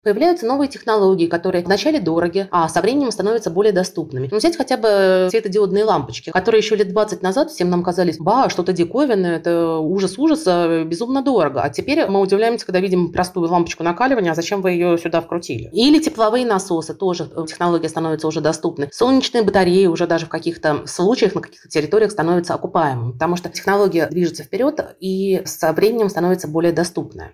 Появляются новые технологии, которые вначале дороги, а со временем становятся более доступными. Взять хотя бы светодиодные лампочки, которые еще лет 20 назад всем нам казались, что-то диковинное, это ужас, безумно дорого. А теперь мы удивляемся, когда видим простую лампочку накаливания, а зачем вы ее сюда вкрутили? Или тепловые насосы, тоже технология становится уже доступной. Солнечные батареи уже даже в каких-то случаях, на каких-то территориях становятся окупаемыми, потому что технология движется вперед и со временем становится более доступной.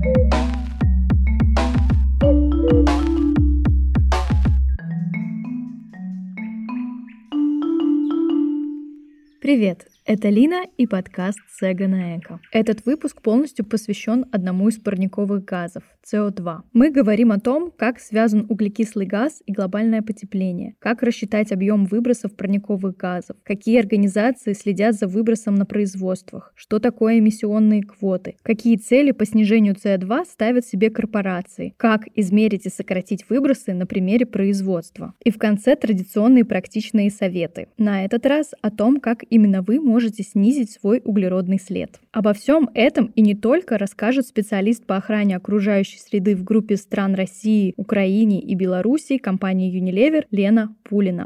Привет! Это Лина и подкаст «Сэга на Эко». Этот выпуск полностью посвящен одному из парниковых газов – СО2. Мы говорим о том, как связан углекислый газ и глобальное потепление, как рассчитать объем выбросов парниковых газов, какие организации следят за выбросом на производствах, что такое эмиссионные квоты, какие цели по снижению СО2 ставят себе корпорации, как измерить и сократить выбросы на примере производства. И в конце традиционные практичные советы. На этот раз о том, как именно вы можете снизить свой углеродный след. Обо всем этом и не только расскажет специалист по охране окружающей среды в группе стран России, Украины и Белоруссии компании Unilever Лена Пулина.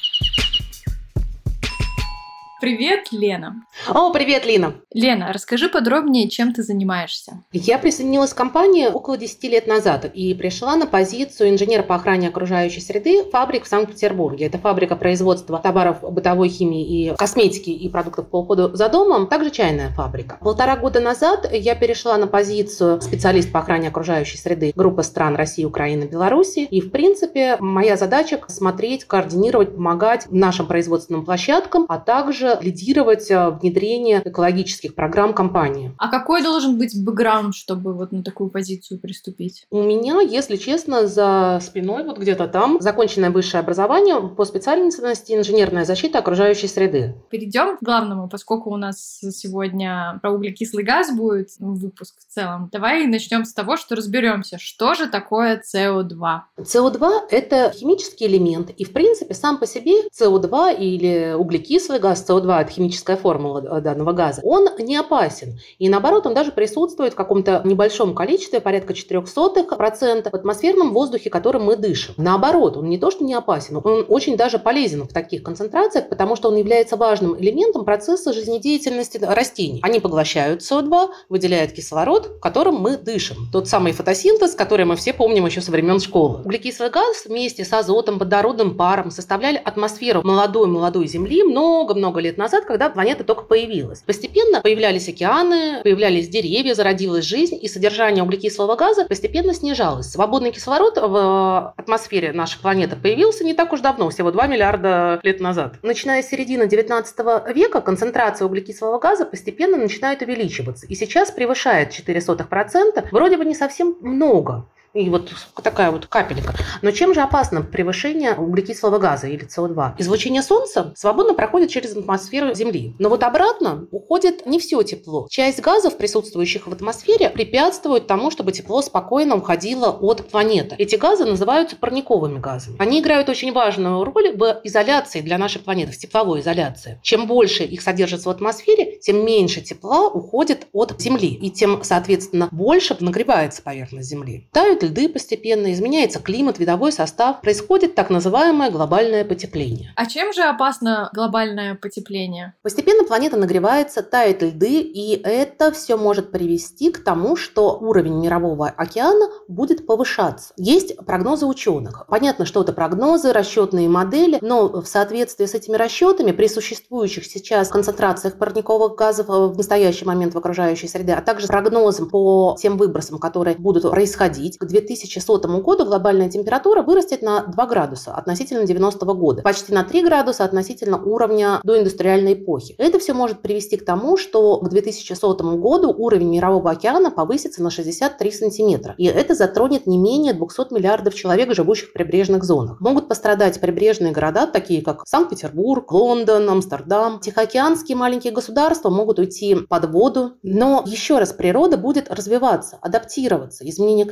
Привет, Лена. Привет, Лина. Лена, расскажи подробнее, чем ты занимаешься. Я присоединилась к компании около 10 лет назад и пришла на позицию инженера по охране окружающей среды фабрик в Санкт-Петербурге. Это фабрика производства товаров бытовой химии и косметики и продуктов по уходу за домом, также чайная фабрика. 1,5 года назад я перешла на позицию специалист по охране окружающей среды группы стран России, Украины, Белоруссии. И, в принципе, моя задача смотреть, координировать, помогать нашим производственным площадкам, а также лидировать внедрение экологических программ компании. А какой должен быть бэкграунд, чтобы вот на такую позицию приступить? У меня, если честно, за спиной, вот где-то там, законченное высшее образование по специальности инженерная защита окружающей среды. Перейдем к главному, поскольку у нас сегодня про углекислый газ будет выпуск в целом. Давай начнем с того, что разберемся, что же такое СО2. СО2 – это химический элемент, и, в принципе, сам по себе СО2 или углекислый газ, СО2 – это химическая формула данного газа, он не опасен. И наоборот, он даже присутствует в каком-то небольшом количестве, порядка 0,04% в атмосферном воздухе, которым мы дышим. Наоборот, он не то что не опасен, он очень даже полезен в таких концентрациях, потому что он является важным элементом процесса жизнедеятельности растений. Они поглощают СО2, выделяют кислород, которым мы дышим. Тот самый фотосинтез, который мы все помним еще со времен школы. Углекислый газ вместе с азотом, водородным паром составляли атмосферу молодой Земли много-много лет назад, когда планета только появилась. Постепенно появлялись океаны, появлялись деревья, зародилась жизнь, и содержание углекислого газа постепенно снижалось. Свободный кислород в атмосфере нашей планеты появился не так уж давно, всего 2 миллиарда лет назад. Начиная с середины 19 века концентрация углекислого газа постепенно начинает увеличиваться, и сейчас превышает 0,04%, вроде бы не совсем много. И вот такая вот капелька. Но чем же опасно превышение углекислого газа или СО2? Излучение Солнца свободно проходит через атмосферу Земли. Но вот обратно уходит не все тепло. Часть газов, присутствующих в атмосфере, препятствует тому, чтобы тепло спокойно уходило от планеты. Эти газы называются парниковыми газами. Они играют очень важную роль в изоляции для нашей планеты, в тепловой изоляции. Чем больше их содержится в атмосфере, тем меньше тепла уходит от Земли. И тем, соответственно, больше нагревается поверхность Земли. Тают льды постепенно, изменяется климат, видовой состав, происходит так называемое глобальное потепление. А чем же опасно глобальное потепление? Постепенно планета нагревается, тают льды, и это все может привести к тому, что уровень мирового океана будет повышаться. Есть прогнозы ученых. Понятно, что это прогнозы, расчетные модели, но в соответствии с этими расчетами при существующих сейчас концентрациях парниковых газов в настоящий момент в окружающей среде, а также прогнозам по тем выбросам, которые будут происходить, к 2100 году глобальная температура вырастет на 2 градуса относительно 90-го года, почти на 3 градуса относительно уровня доиндустриальной эпохи. Это все может привести к тому, что к 2100 году уровень мирового океана повысится на 63 сантиметра. И это затронет не менее 200 миллиардов человек, живущих в прибрежных зонах. Могут пострадать прибрежные города, такие как Санкт-Петербург, Лондон, Амстердам. Тихоокеанские маленькие государства могут уйти под воду. Но еще раз, природа будет развиваться, адаптироваться. Изменение климата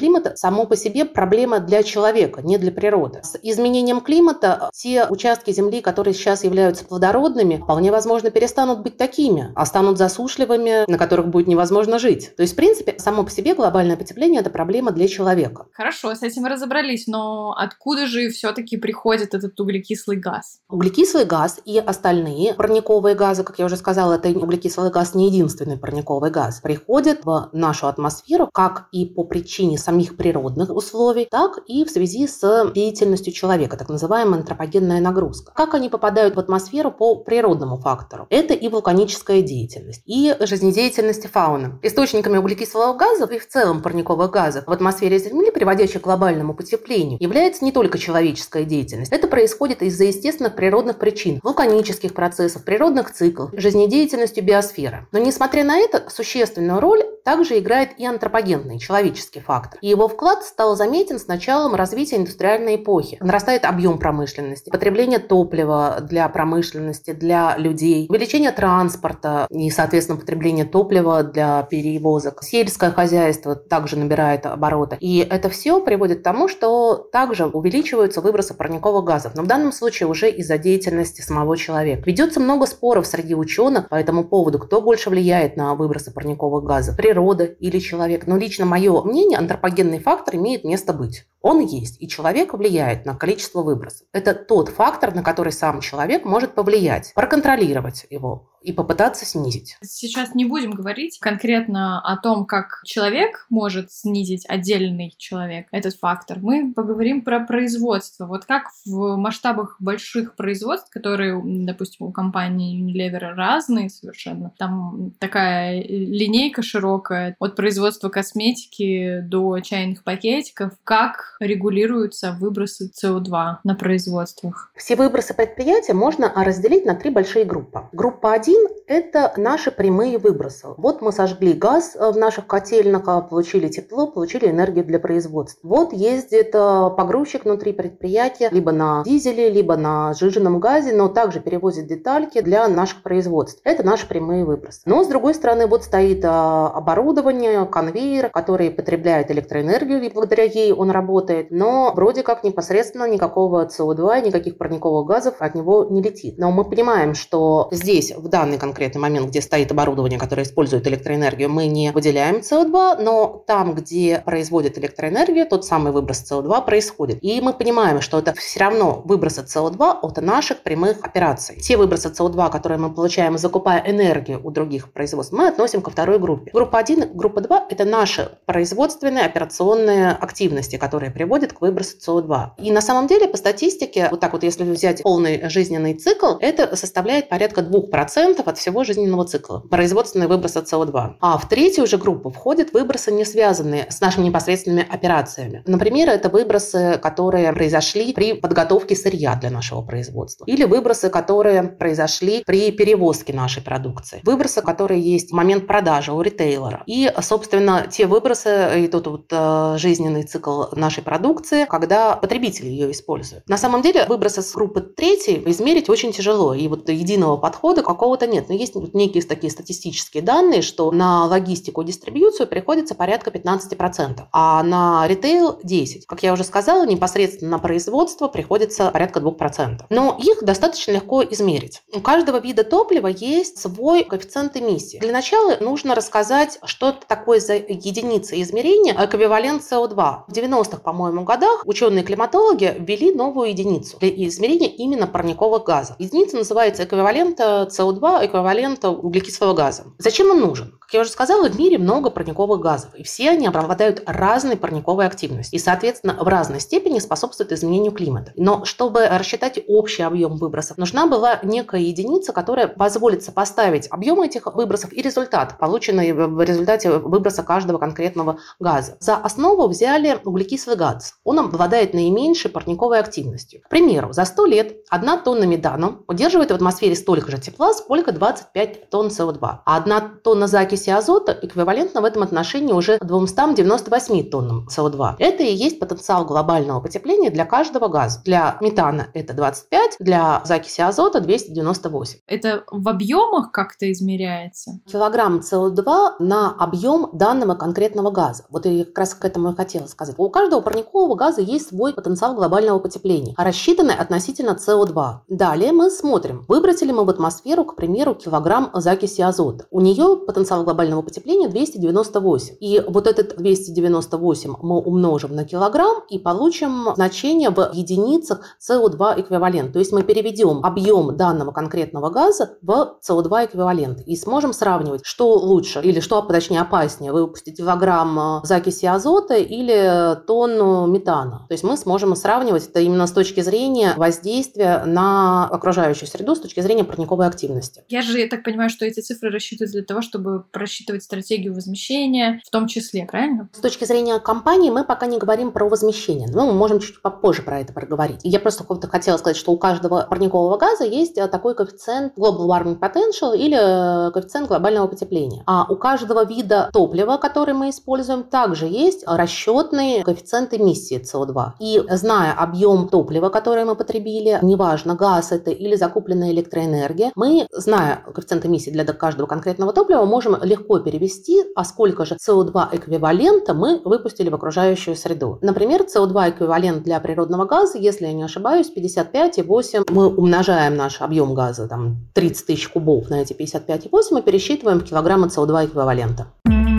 само по себе проблема для человека, не для природы. С изменением климата те участки Земли, которые сейчас являются плодородными, вполне возможно перестанут быть такими, а станут засушливыми, на которых будет невозможно жить. То есть, в принципе, само по себе глобальное потепление – это проблема для человека. Хорошо, с этим разобрались, но откуда же все-таки приходит этот углекислый газ? Углекислый газ и остальные парниковые газы, как я уже сказала, это углекислый газ не единственный парниковый газ, приходят в нашу атмосферу как и по причине самих природных условий, так и в связи с деятельностью человека, так называемая антропогенная нагрузка. Как они попадают в атмосферу по природному фактору? Это и вулканическая деятельность, и жизнедеятельность фауны. Источниками углекислого газа и в целом парниковых газов в атмосфере Земли, приводящих к глобальному потеплению, является не только человеческая деятельность. Это происходит из-за естественных природных причин, вулканических процессов, природных циклов, жизнедеятельности биосферы. Но несмотря на это, существенную роль также играет и антропогенный, человеческий фактор. И его вклад стал заметен с началом развития индустриальной эпохи. Нарастает объем промышленности, потребление топлива для промышленности, для людей, увеличение транспорта и, соответственно, потребление топлива для перевозок. Сельское хозяйство также набирает обороты. И это все приводит к тому, что также увеличиваются выбросы парниковых газов. Но в данном случае уже из-за деятельности самого человека. Ведется много споров среди ученых по этому поводу, кто больше влияет на выбросы парниковых газов, природа или человек. Но лично мое мнение, антропогенный фактор имеет место быть. Он есть, и человек влияет на количество выбросов. Это тот фактор, на который сам человек может повлиять, проконтролировать его и попытаться снизить. Сейчас не будем говорить конкретно о том, как человек может снизить, отдельный человек, этот фактор. Мы поговорим про производство. Вот как в масштабах больших производств, которые, допустим, у компании Unilever разные совершенно, там такая линейка широкая, от производства косметики до чайных пакетиков, как регулируются выбросы СО2 на производствах? Все выбросы предприятия можно разделить на 3 большие группы. Группа 1 – это наши прямые выбросы. Вот мы сожгли газ в наших котельных, получили тепло, получили энергию для производства. Вот ездит погрузчик внутри предприятия либо на дизеле, либо на сжиженном газе, но также перевозит детальки для наших производств. Это наши прямые выбросы. Но с другой стороны, вот стоит оборудование, конвейер, который потребляет электроэнергию, и благодаря ей он работает, но вроде как непосредственно никакого СО2, никаких парниковых газов от него не летит. Но мы понимаем, что здесь, в данный конкретный момент, где стоит оборудование, которое использует электроэнергию, мы не выделяем СО2, но там, где производит электроэнергию, тот самый выброс СО2 происходит. И мы понимаем, что это все равно выбросы СО2 от наших прямых операций. Те выбросы СО2, которые мы получаем, закупая энергию у других производств, мы относим ко второй группе. Группа 1, группа 2 – это наши производственные операционные активности, которые приводят к выбросу СО2. И на самом деле, по статистике, вот так вот, если взять полный жизненный цикл, это составляет порядка 2% от всего жизненного цикла, производственные выбросы СО2. А в третью уже группу входят выбросы, не связанные с нашими непосредственными операциями. Например, это выбросы, которые произошли при подготовке сырья для нашего производства. Или выбросы, которые произошли при перевозке нашей продукции. Выбросы, которые есть в момент продажи у ритейлера. И, собственно, те выбросы, и тот вот жизненный цикл нашей продукции, когда потребители ее используют. На самом деле, выбросы с группы 3 измерить очень тяжело. И вот единого подхода какого-то нет. Но есть вот некие такие статистические данные, что на логистику и дистрибьюцию приходится порядка 15%, а на ритейл 10%. Как я уже сказала, непосредственно на производство приходится порядка 2%. Но их достаточно легко измерить. У каждого вида топлива есть свой коэффициент эмиссии. Для начала нужно рассказать, что это такое за единица измерения эквивалент СО2. В 90-х, по-моему, годах ученые-климатологи ввели новую единицу для измерения именно парниковых газов. Единица называется эквивалент СО2, эквивалент углекислого газа. Зачем он нужен? Как я уже сказала, в мире много парниковых газов, и все они обладают разной парниковой активностью и, соответственно, в разной степени способствуют изменению климата. Но чтобы рассчитать общий объем выбросов, нужна была некая единица, которая позволит сопоставить объем этих выбросов и результат, полученный в результате выброса каждого конкретного газа. За основу взяли углекислый газ. Он обладает наименьшей парниковой активностью. К примеру, за 100 лет 1 тонна метана удерживает в атмосфере столько же тепла, сколько сколько? 25 тонн СО2. А 1 тонна закиси азота эквивалентна в этом отношении уже 298 тоннам СО2. Это и есть потенциал глобального потепления для каждого газа. Для метана это 25, для закиси азота 298. Это в объемах как-то измеряется? Килограмм СО2 на объем данного конкретного газа. Вот я как раз к этому и хотела сказать. У каждого парникового газа есть свой потенциал глобального потепления, рассчитанный относительно СО2. Далее мы смотрим, выбросили мы в атмосферу, к примеру, килограмм закиси азота. У нее потенциал глобального потепления 298. И вот этот 298 мы умножим на килограмм и получим значение в единицах СО2 эквивалент. То есть мы переведем объем данного конкретного газа в СО2 эквивалент и сможем сравнивать, что лучше или что, точнее, опаснее, выпустить килограмм закиси азота или тонну метана. То есть мы сможем сравнивать это именно с точки зрения воздействия на окружающую среду, с точки зрения парниковой активности. Я так понимаю, что эти цифры рассчитываются для того, чтобы просчитывать стратегию возмещения в том числе, правильно? С точки зрения компании мы пока не говорим про возмещение, но мы можем чуть попозже про это проговорить. Я просто хотела сказать, что у каждого парникового газа есть такой коэффициент Global Warming Potential или коэффициент глобального потепления. А у каждого вида топлива, который мы используем, также есть расчетный коэффициент эмиссии СО2. И зная объем топлива, которое мы потребили, неважно, газ это или закупленная электроэнергия, мы, зная коэффициент эмиссии для каждого конкретного топлива, можем легко перевести, а сколько же СО2 эквивалента мы выпустили в окружающую среду. Например, СО2 эквивалент для природного газа, если я не ошибаюсь, 55,8. Мы умножаем наш объем газа, 30 тысяч кубов на эти 55,8 и пересчитываем в килограммы СО2 эквивалента.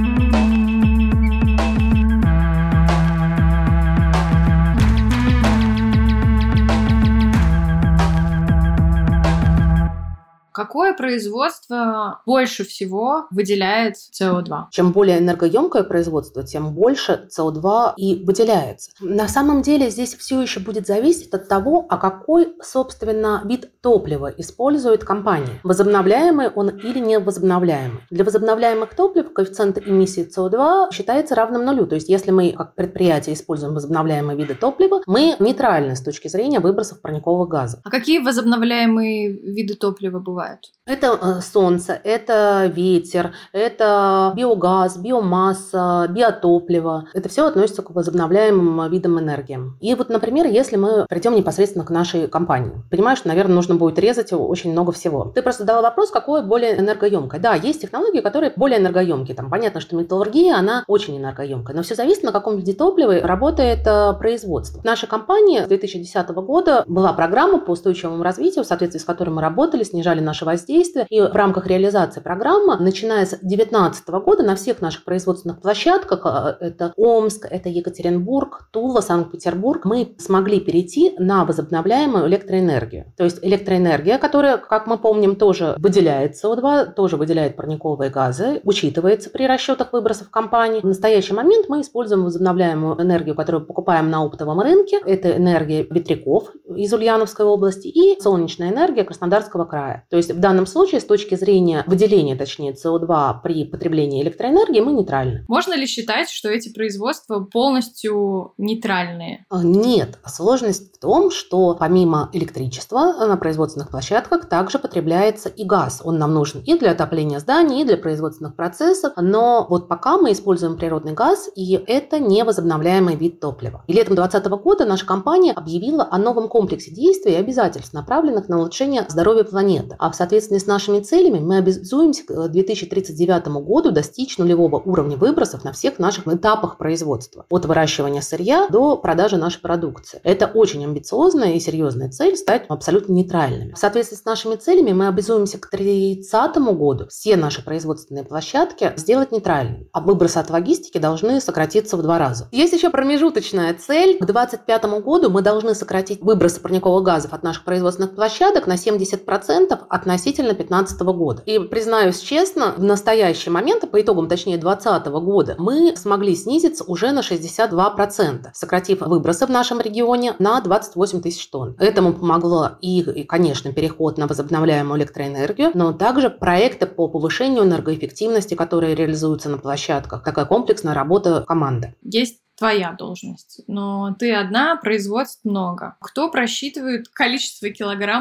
Какое производство больше всего выделяет СО2? Чем более энергоемкое производство, тем больше СО2 и выделяется. На самом деле здесь все еще будет зависеть от того, а какой, собственно, вид топлива использует компания. Возобновляемый он или невозобновляемый. Для возобновляемых топлив коэффициент эмиссии СО2 считается равным нулю. То есть если мы как предприятие используем возобновляемые виды топлива, мы нейтральны с точки зрения выбросов парникового газа. А какие возобновляемые виды топлива бывают? Это солнце, это ветер, это биогаз, биомасса, биотопливо. Это все относится к возобновляемым видам энергии. И вот, например, если мы придем непосредственно к нашей компании, понимаешь, что, наверное, нужно будет резать очень много всего. Ты просто задала вопрос, какое более энергоемкое. Да, есть технологии, которые более энергоемкие. Понятно, что металлургия, она очень энергоемкая, но все зависит, на каком виде топлива работает производство. В нашей компании с 2010 года была программа по устойчивому развитию, в соответствии с которой мы работали, снижали наши воздействия. И в рамках реализации программы, начиная с 2019 года, на всех наших производственных площадках, это Омск, это Екатеринбург, Тула, Санкт-Петербург, мы смогли перейти на возобновляемую электроэнергию. То есть электроэнергия, которая, как мы помним, тоже выделяет СО2, тоже выделяет парниковые газы, учитывается при расчетах выбросов компании. В настоящий момент мы используем возобновляемую энергию, которую покупаем на оптовом рынке. Это энергия ветряков из Ульяновской области и солнечная энергия Краснодарского края. То есть в данном случае, с точки зрения выделения, точнее, СО2 при потреблении электроэнергии, мы нейтральны. Можно ли считать, что эти производства полностью нейтральные? Нет. Сложность в том, что помимо электричества на производственных площадках также потребляется и газ. Он нам нужен и для отопления зданий, и для производственных процессов. Но вот пока мы используем природный газ, и это не возобновляемый вид топлива. И летом 2020 года наша компания объявила о новом комплексе действий и обязательств, направленных на улучшение здоровья планеты. А в соответствии с нашими целями мы обязуемся к 2039 году достичь нулевого уровня выбросов на всех наших этапах производства. От выращивания сырья до продажи нашей продукции. Это очень амбициозная и серьезная цель стать абсолютно нейтральными. В соответствии с нашими целями мы обязуемся к 2030 году все наши производственные площадки сделать нейтральными. А выбросы от логистики должны сократиться в 2 раза. Есть еще промежуточная цель. К 2025 году мы должны сократить выбросы парниковых газов от наших производственных площадок на 70% относительно 2015 года. И признаюсь честно, в настоящий момент, по итогам, точнее, 2020 года, мы смогли снизиться уже на 62%, сократив выбросы в нашем регионе на 28 тысяч тонн. Этому помогло и, конечно, переход на возобновляемую электроэнергию, но также проекты по повышению энергоэффективности, которые реализуются на площадках. Такая комплексная работа команды. Есть твоя должность, но ты одна, производств много. Кто просчитывает количество килограммов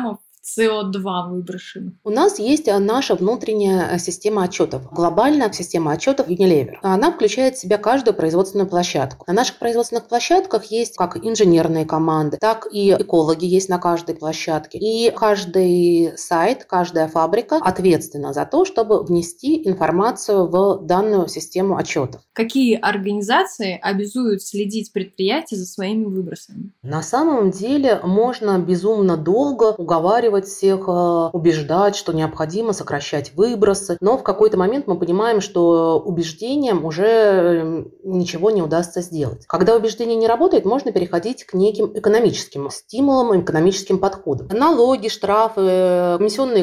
СО2 выброшенных? У нас есть наша внутренняя система отчетов, глобальная система отчетов Unilever. Она включает в себя каждую производственную площадку. На наших производственных площадках есть как инженерные команды, так и экологи есть на каждой площадке. И каждый сайт, каждая фабрика ответственна за то, чтобы внести информацию в данную систему отчетов. Какие организации обязуют следить предприятия за своими выбросами? На самом деле можно безумно долго уговаривать всех, убеждать, что необходимо сокращать выбросы, но в какой-то момент мы понимаем, что убеждением уже ничего не удастся сделать. Когда убеждение не работает, можно переходить к неким экономическим стимулам, экономическим подходам. Налоги, штрафы, эмиссионные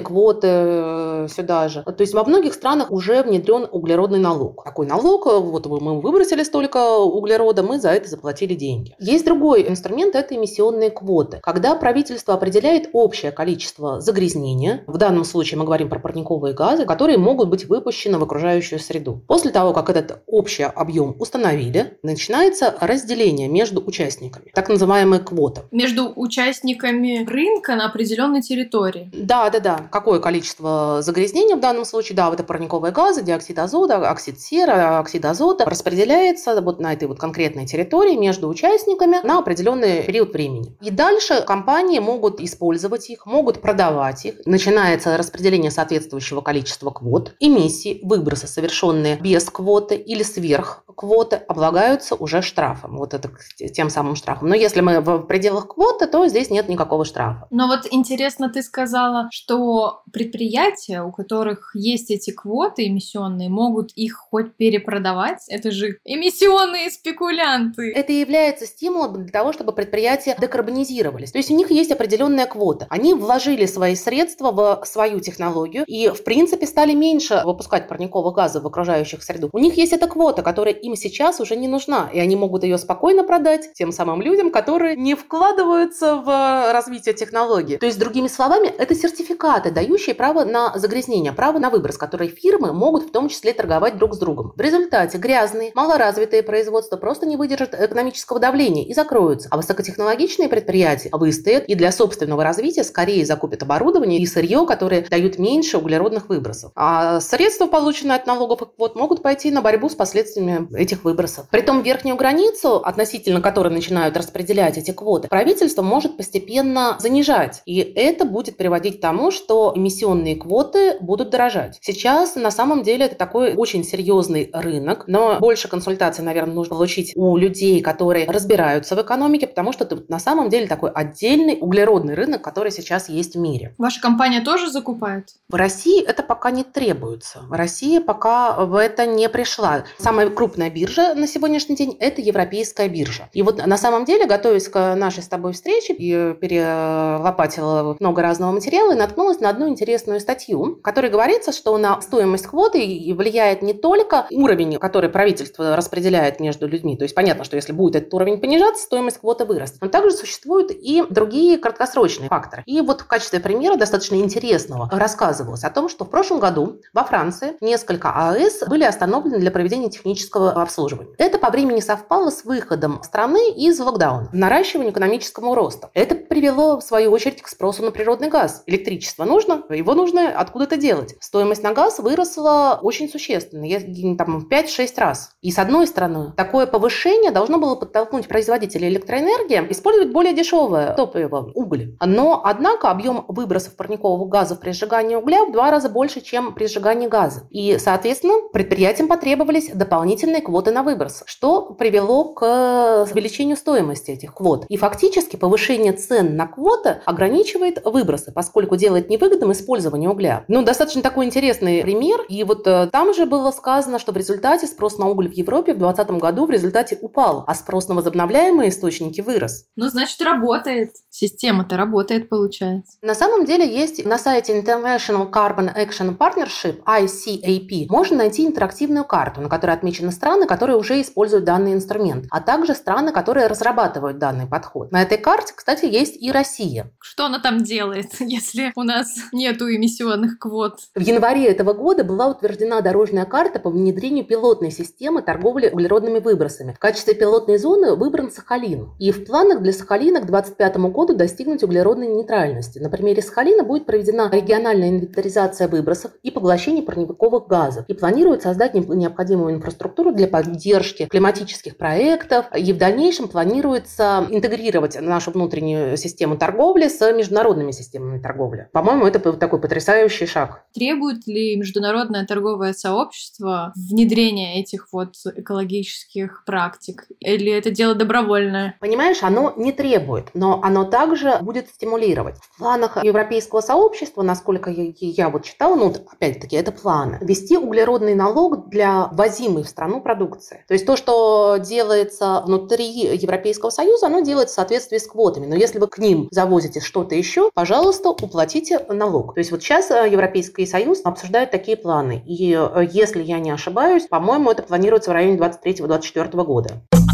квоты сюда же. То есть во многих странах уже внедрен углеродный налог. Такой налог, вот мы выбросили столько углерода, мы за это заплатили деньги. Есть другой инструмент, это эмиссионные квоты. Когда правительство определяет общее количество загрязнения, в данном случае мы говорим про парниковые газы, которые могут быть выпущены в окружающую среду. После того, как этот общий объем установили, начинается разделение между участниками, так называемые квоты. Между участниками рынка на определенной территории. Да. Какое количество загрязнения в данном случае, да, это парниковые газы, диоксид азота, оксид серы, оксид азота, распределяется вот на этой вот конкретной территории между участниками на определенный период времени. И дальше компании могут использовать их, могут продавать их. Начинается распределение соответствующего количества квот. Эмиссии, выбросы, совершенные без квоты или сверх квоты, облагаются уже штрафом. Вот это тем самым штрафом. Но если мы в пределах квоты, то здесь нет никакого штрафа. Но вот интересно, ты сказала, что предприятия, у которых есть эти квоты эмиссионные, могут их хоть перепродавать. Это же эмиссионные спекулянты. Это является стимулом для того, чтобы предприятия декарбонизировались. То есть у них есть определенная квота. Они вложили свои средства в свою технологию и, в принципе, стали меньше выпускать парниковых газов в окружающую среду. У них есть эта квота, которая им сейчас уже не нужна, и они могут ее спокойно продать тем самым людям, которые не вкладываются в развитие технологий. То есть, другими словами, это сертификаты, дающие право на загрязнение, право на выброс, которые фирмы могут в том числе торговать друг с другом. В результате грязные, малоразвитые производства просто не выдержат экономического давления и закроются, а высокотехнологичные предприятия выстоят и для собственного развития скорее закупят оборудование и сырье, которые дают меньше углеродных выбросов. А средства, полученные от налогов и квот, могут пойти на борьбу с последствиями этих выбросов. Притом верхнюю границу, относительно которой начинают распределять эти квоты, правительство может постепенно занижать. И это будет приводить к тому, что эмиссионные квоты будут дорожать. Сейчас на самом деле это такой очень серьезный рынок, но больше консультаций, наверное, нужно получить у людей, которые разбираются в экономике, потому что это на самом деле такой отдельный углеродный рынок, который сейчас есть в мире. Ваша компания тоже закупает? В России это пока не требуется. В России пока в это не пришла. Самая крупная биржа на сегодняшний день – это европейская биржа. И вот на самом деле, готовясь к нашей с тобой встрече, я перелопатила много разного материала и наткнулась на одну интересную статью, в которой говорится, что на стоимость квоты влияет не только уровень, который правительство распределяет между людьми. То есть понятно, что если будет этот уровень понижаться, стоимость квоты вырастет. Но также существуют и другие краткосрочные факторы. И вот в качестве примера достаточно интересного рассказывалось о том, что в прошлом году во Франции несколько АЭС были остановлены для проведения технического обслуживания. Это по времени совпало с выходом страны из локдауна, наращиванием экономического роста. Это привело, в свою очередь, к спросу на природный газ. Электричество нужно, его нужно откуда-то делать. Стоимость на газ выросла очень существенно, там, в 5-6 раз. И с одной стороны, такое повышение должно было подтолкнуть производителей электроэнергии использовать более дешевое топливо, уголь. Но, однако, объем выбросов парниковых газов при сжигании угля в 2 раза больше, чем при сжигании газа. И, соответственно, предприятиям потребовались дополнительные квоты на выброс, что привело к увеличению стоимости этих квот. И фактически повышение цен на квоты ограничивает выбросы, поскольку делает невыгодным использование угля. Достаточно такой интересный пример. И вот там же было сказано, что в результате спрос на уголь в Европе в 2020 году в результате упал, а спрос на возобновляемые источники вырос. Значит, работает. Система-то работает, получается. На самом деле есть на сайте International Carbon Action Partnership, ICAP, можно найти интерактивную карту, на которой отмечены страны, которые уже используют данный инструмент, а также страны, которые разрабатывают данный подход. На этой карте, кстати, есть и Россия. Что она там делает, если у нас нету эмиссионных квот? В январе этого года была утверждена дорожная карта по внедрению пилотной системы торговли углеродными выбросами. В качестве пилотной зоны выбран Сахалин. И в планах для Сахалина к 2025 году достигнуть углеродной нейтральности. эффективности. На примере Сахалина будет проведена региональная инвентаризация выбросов и поглощение парниковых газов. И планирует создать необходимую инфраструктуру для поддержки климатических проектов. И в дальнейшем планируется интегрировать нашу внутреннюю систему торговли с международными системами торговли. По-моему, это такой потрясающий шаг. Требует ли международное торговое сообщество внедрения этих экологических практик? Или это дело добровольное? Понимаешь, оно не требует, но оно также будет стимулировать. В планах европейского сообщества, насколько я читала, опять-таки, это планы, ввести углеродный налог для ввозимой в страну продукции. То есть то, что делается внутри Европейского Союза, оно делается в соответствии с квотами. Но если вы к ним завозите что-то еще, пожалуйста, уплатите налог. То есть сейчас Европейский Союз обсуждает такие планы. И если я не ошибаюсь, по-моему, это планируется в районе 2023-2024 года.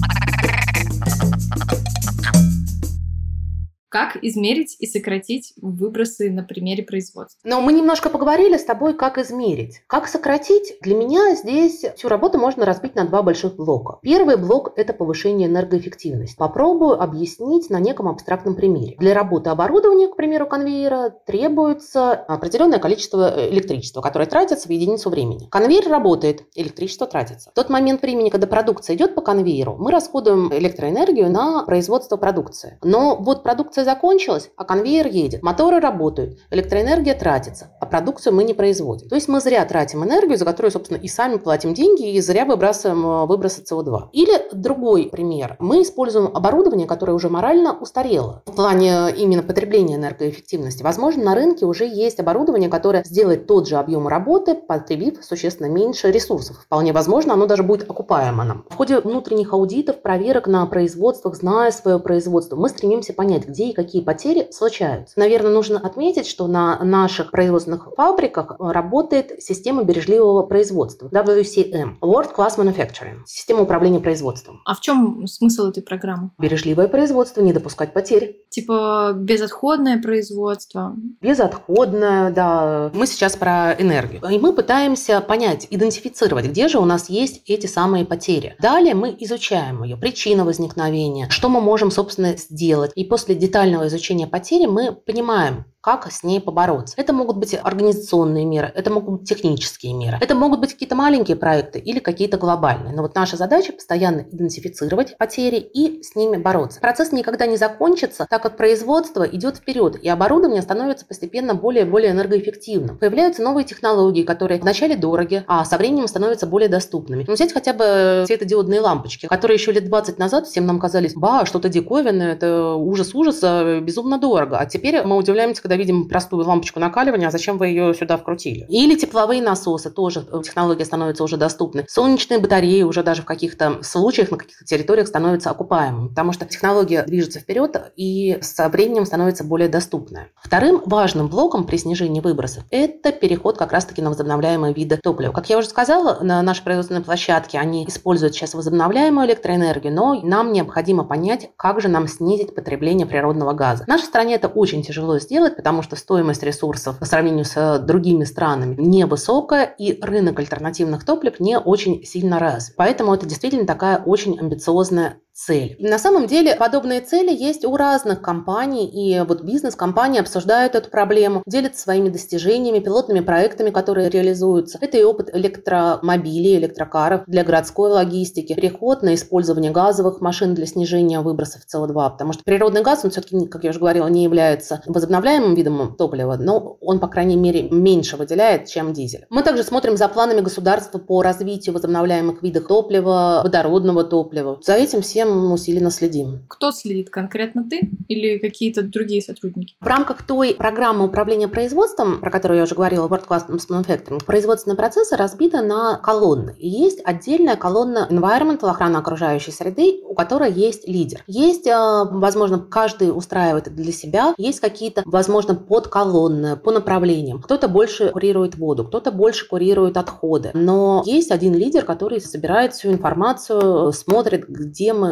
Как измерить и сократить выбросы на примере производства? Но мы немножко поговорили с тобой, как измерить. Как сократить? Для меня здесь всю работу можно разбить на два больших блока. Первый блок – это повышение энергоэффективности. Попробую объяснить на неком абстрактном примере. Для работы оборудования, к примеру, конвейера, требуется определенное количество электричества, которое тратится в единицу времени. Конвейер работает, электричество тратится. В тот момент времени, когда продукция идет по конвейеру, мы расходуем электроэнергию на производство продукции. Но продукция закончилась, а конвейер едет. Моторы работают, электроэнергия тратится, а продукцию мы не производим. То есть мы зря тратим энергию, за которую, собственно, и сами платим деньги, и зря выбрасываем выбросы СО2. Или другой пример. Мы используем оборудование, которое уже морально устарело. В плане именно потребления энергоэффективности. Возможно, на рынке уже есть оборудование, которое сделает тот же объем работы, потребив существенно меньше ресурсов. Вполне возможно, оно даже будет окупаемо нам. В ходе внутренних аудитов, проверок на производствах, зная свое производство, мы стремимся понять, где и какие потери случаются. Наверное, нужно отметить, что на наших производственных фабриках работает система бережливого производства, WCM, World Class Manufacturing, система управления производством. А в чем смысл этой программы? Бережливое производство, не допускать потерь. Типа безотходное производство? Безотходное, да. Мы сейчас про энергию. И мы пытаемся понять, идентифицировать, где же у нас есть эти самые потери. Далее мы изучаем ее, причину возникновения, что мы можем, собственно, сделать. И после детального изучения потери мы понимаем, как с ней побороться. Это могут быть организационные меры, это могут быть технические меры, это могут быть какие-то маленькие проекты или какие-то глобальные. Но наша задача постоянно идентифицировать потери и с ними бороться. Процесс никогда не закончится, так как производство идет вперед, и оборудование становится постепенно более и более энергоэффективным. Появляются новые технологии, которые вначале дороги, а со временем становятся более доступными. Взять хотя бы светодиодные лампочки, которые еще лет 20 назад всем нам казались, что-то диковинное, это ужас-ужас, безумно дорого. А теперь мы удивляемся, когда видим простую лампочку накаливания, а зачем вы ее сюда вкрутили? Или тепловые насосы, тоже технология становится уже доступной. Солнечные батареи уже даже в каких-то случаях на каких-то территориях становятся окупаемыми, потому что технология движется вперед и со временем становится более доступной. Вторым важным блоком при снижении выбросов – это переход как раз-таки на возобновляемые виды топлива. Как я уже сказала, на нашей производственной площадке они используют сейчас возобновляемую электроэнергию, но нам необходимо понять, как же нам снизить потребление природного газа. В нашей стране это очень тяжело сделать, потому что стоимость ресурсов по сравнению с другими странами невысокая, и рынок альтернативных топлив не очень сильно развит. Поэтому это действительно такая очень амбициозная цель. На самом деле подобные цели есть у разных компаний, и бизнес-компании обсуждают эту проблему, делятся своими достижениями, пилотными проектами, которые реализуются. Это и опыт электромобилей, электрокаров для городской логистики, переход на использование газовых машин для снижения выбросов СО2, потому что природный газ, он все-таки, как я уже говорила, не является возобновляемым видом топлива, но он, по крайней мере, меньше выделяет, чем дизель. Мы также смотрим за планами государства по развитию возобновляемых видов топлива, водородного топлива. За этим всем усиленно следим. Кто следит? Конкретно ты или какие-то другие сотрудники? В рамках той программы управления производством, про которую я уже говорила, World Class Manufacturing, производственные процессы разбиты на колонны. И есть отдельная колонна Environmental, охрана окружающей среды, у которой есть лидер. Есть, возможно, каждый устраивает это для себя, есть какие-то, возможно, подколонны по направлениям. Кто-то больше курирует воду, кто-то больше курирует отходы. Но есть один лидер, который собирает всю информацию, смотрит, где мы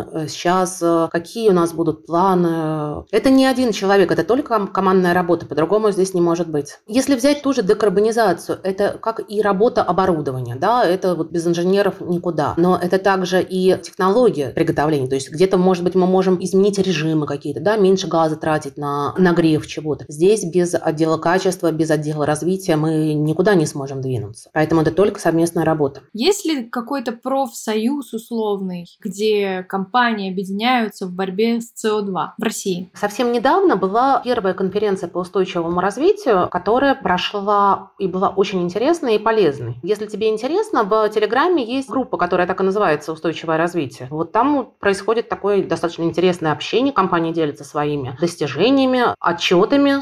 сейчас, какие у нас будут планы. Это не один человек, это только командная работа, по-другому здесь не может быть. Если взять ту же декарбонизацию, это как и работа оборудования, да, это вот без инженеров никуда. Но это также и технология приготовления, то есть где-то, может быть, мы можем изменить режимы какие-то, да, меньше газа тратить на нагрев чего-то. Здесь без отдела качества, без отдела развития мы никуда не сможем двинуться. Поэтому это только совместная работа. Есть ли какой-то профсоюз условный, где компании объединяются в борьбе с СО2 в России? Совсем недавно была первая конференция по устойчивому развитию, которая прошла и была очень интересной и полезной. Если тебе интересно, в Телеграме есть группа, которая так и называется «Устойчивое развитие». Вот там происходит такое достаточно интересное общение, компании делятся своими достижениями, отчетами.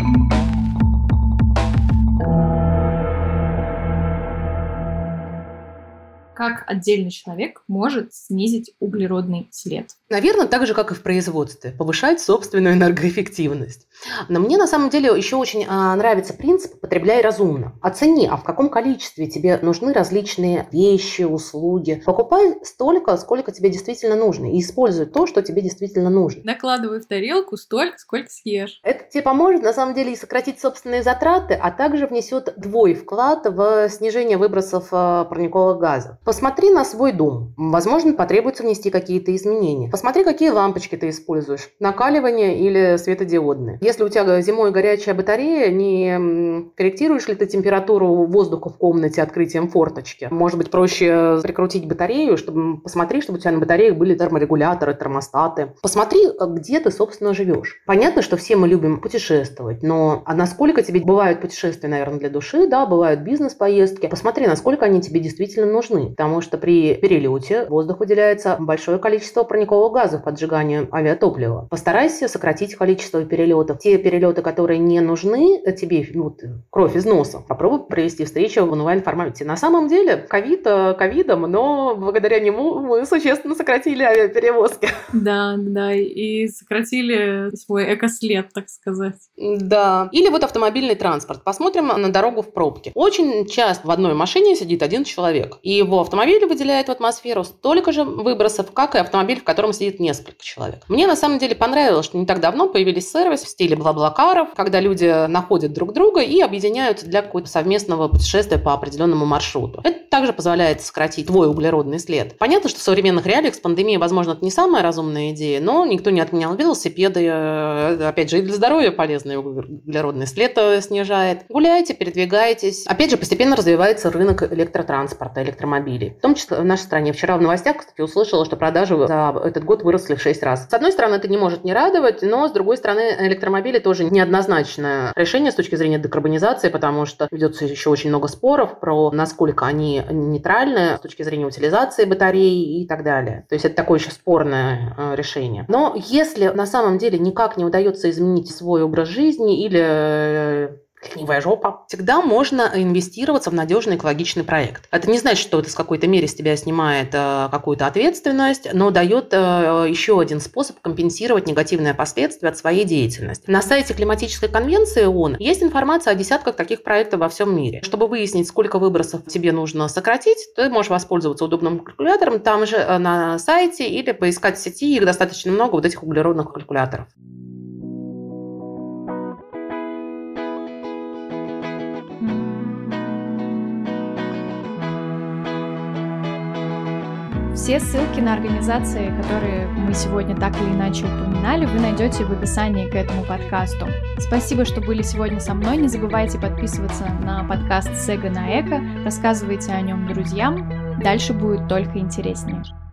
Как отдельный человек может снизить углеродный след? Наверное, так же, как и в производстве, повышать собственную энергоэффективность. Но мне на самом деле еще очень нравится принцип «потребляй разумно». Оцени, а в каком количестве тебе нужны различные вещи, услуги. Покупай столько, сколько тебе действительно нужно, и используй то, что тебе действительно нужно. Накладывай в тарелку столько, сколько съешь. Это тебе поможет, на самом деле, и сократить собственные затраты, а также внесет двой вклад в снижение выбросов парниковых газов. Посмотри на свой дом. Возможно, потребуется внести какие-то изменения. Посмотри, какие лампочки ты используешь. Накаливание или светодиодные. Если у тебя зимой горячая батарея, не корректируешь ли ты температуру воздуха в комнате открытием форточки? Может быть, проще прикрутить батарею, чтобы посмотри, чтобы у тебя на батареях были терморегуляторы, термостаты. Посмотри, где ты, собственно, живешь. Понятно, что все мы любим путешествовать, но насколько тебе бывают путешествия, наверное, для души, да, бывают бизнес-поездки. Посмотри, насколько они тебе действительно нужны. Потому что при перелете воздух выделяется большое количество парниковых газов по поджиганию авиатоплива. Постарайся сократить количество перелетов. Те перелеты, которые не нужны тебе, кровь из носа, попробуй провести встречу в онлайн-формате. На самом деле, ковидом, но благодаря нему мы существенно сократили авиаперевозки. Да, и сократили свой экослед, так сказать. Да. Или вот автомобильный транспорт. Посмотрим на дорогу в пробке. Очень часто в одной машине сидит один человек, и его автомобиль выделяет в атмосферу столько же выбросов, как и автомобиль, в котором сидит несколько человек. Мне на самом деле понравилось, что не так давно появились сервисы в стиле блаблакаров, когда люди находят друг друга и объединяются для какого-то совместного путешествия по определенному маршруту. Это также позволяет сократить твой углеродный след. Понятно, что в современных реалиях с пандемией, возможно, это не самая разумная идея, но никто не отменял велосипеды. Опять же, и для здоровья полезный углеродный след снижает. Гуляйте, передвигайтесь. Опять же, постепенно развивается рынок электротранспорта, электромобилей. В том числе в нашей стране. Вчера в новостях, кстати, услышала, что продажи за этот год выросли в 6 раз. С одной стороны, это не может не радовать, но с другой стороны, электромобили тоже неоднозначное решение с точки зрения декарбонизации, потому что ведется еще очень много споров про насколько они нейтральны с точки зрения утилизации батарей и так далее. То есть это такое еще спорное решение. Но если на самом деле никак не удается изменить свой образ жизни или ленивая жопа, всегда можно инвестироваться в надежный экологичный проект. Это не значит, что это в какой-то мере с тебя снимает какую-то ответственность, но дает еще один способ компенсировать негативные последствия от своей деятельности. На сайте климатической конвенции ООН есть информация о десятках таких проектов во всем мире. Чтобы выяснить, сколько выбросов тебе нужно сократить, ты можешь воспользоваться удобным калькулятором там же на сайте или поискать в сети, их достаточно много, вот этих углеродных калькуляторов. Все ссылки на организации, которые мы сегодня так или иначе упоминали, вы найдете в описании к этому подкасту. Спасибо, что были сегодня со мной. Не забывайте подписываться на подкаст «Сега на Эко», рассказывайте о нем друзьям. Дальше будет только интереснее.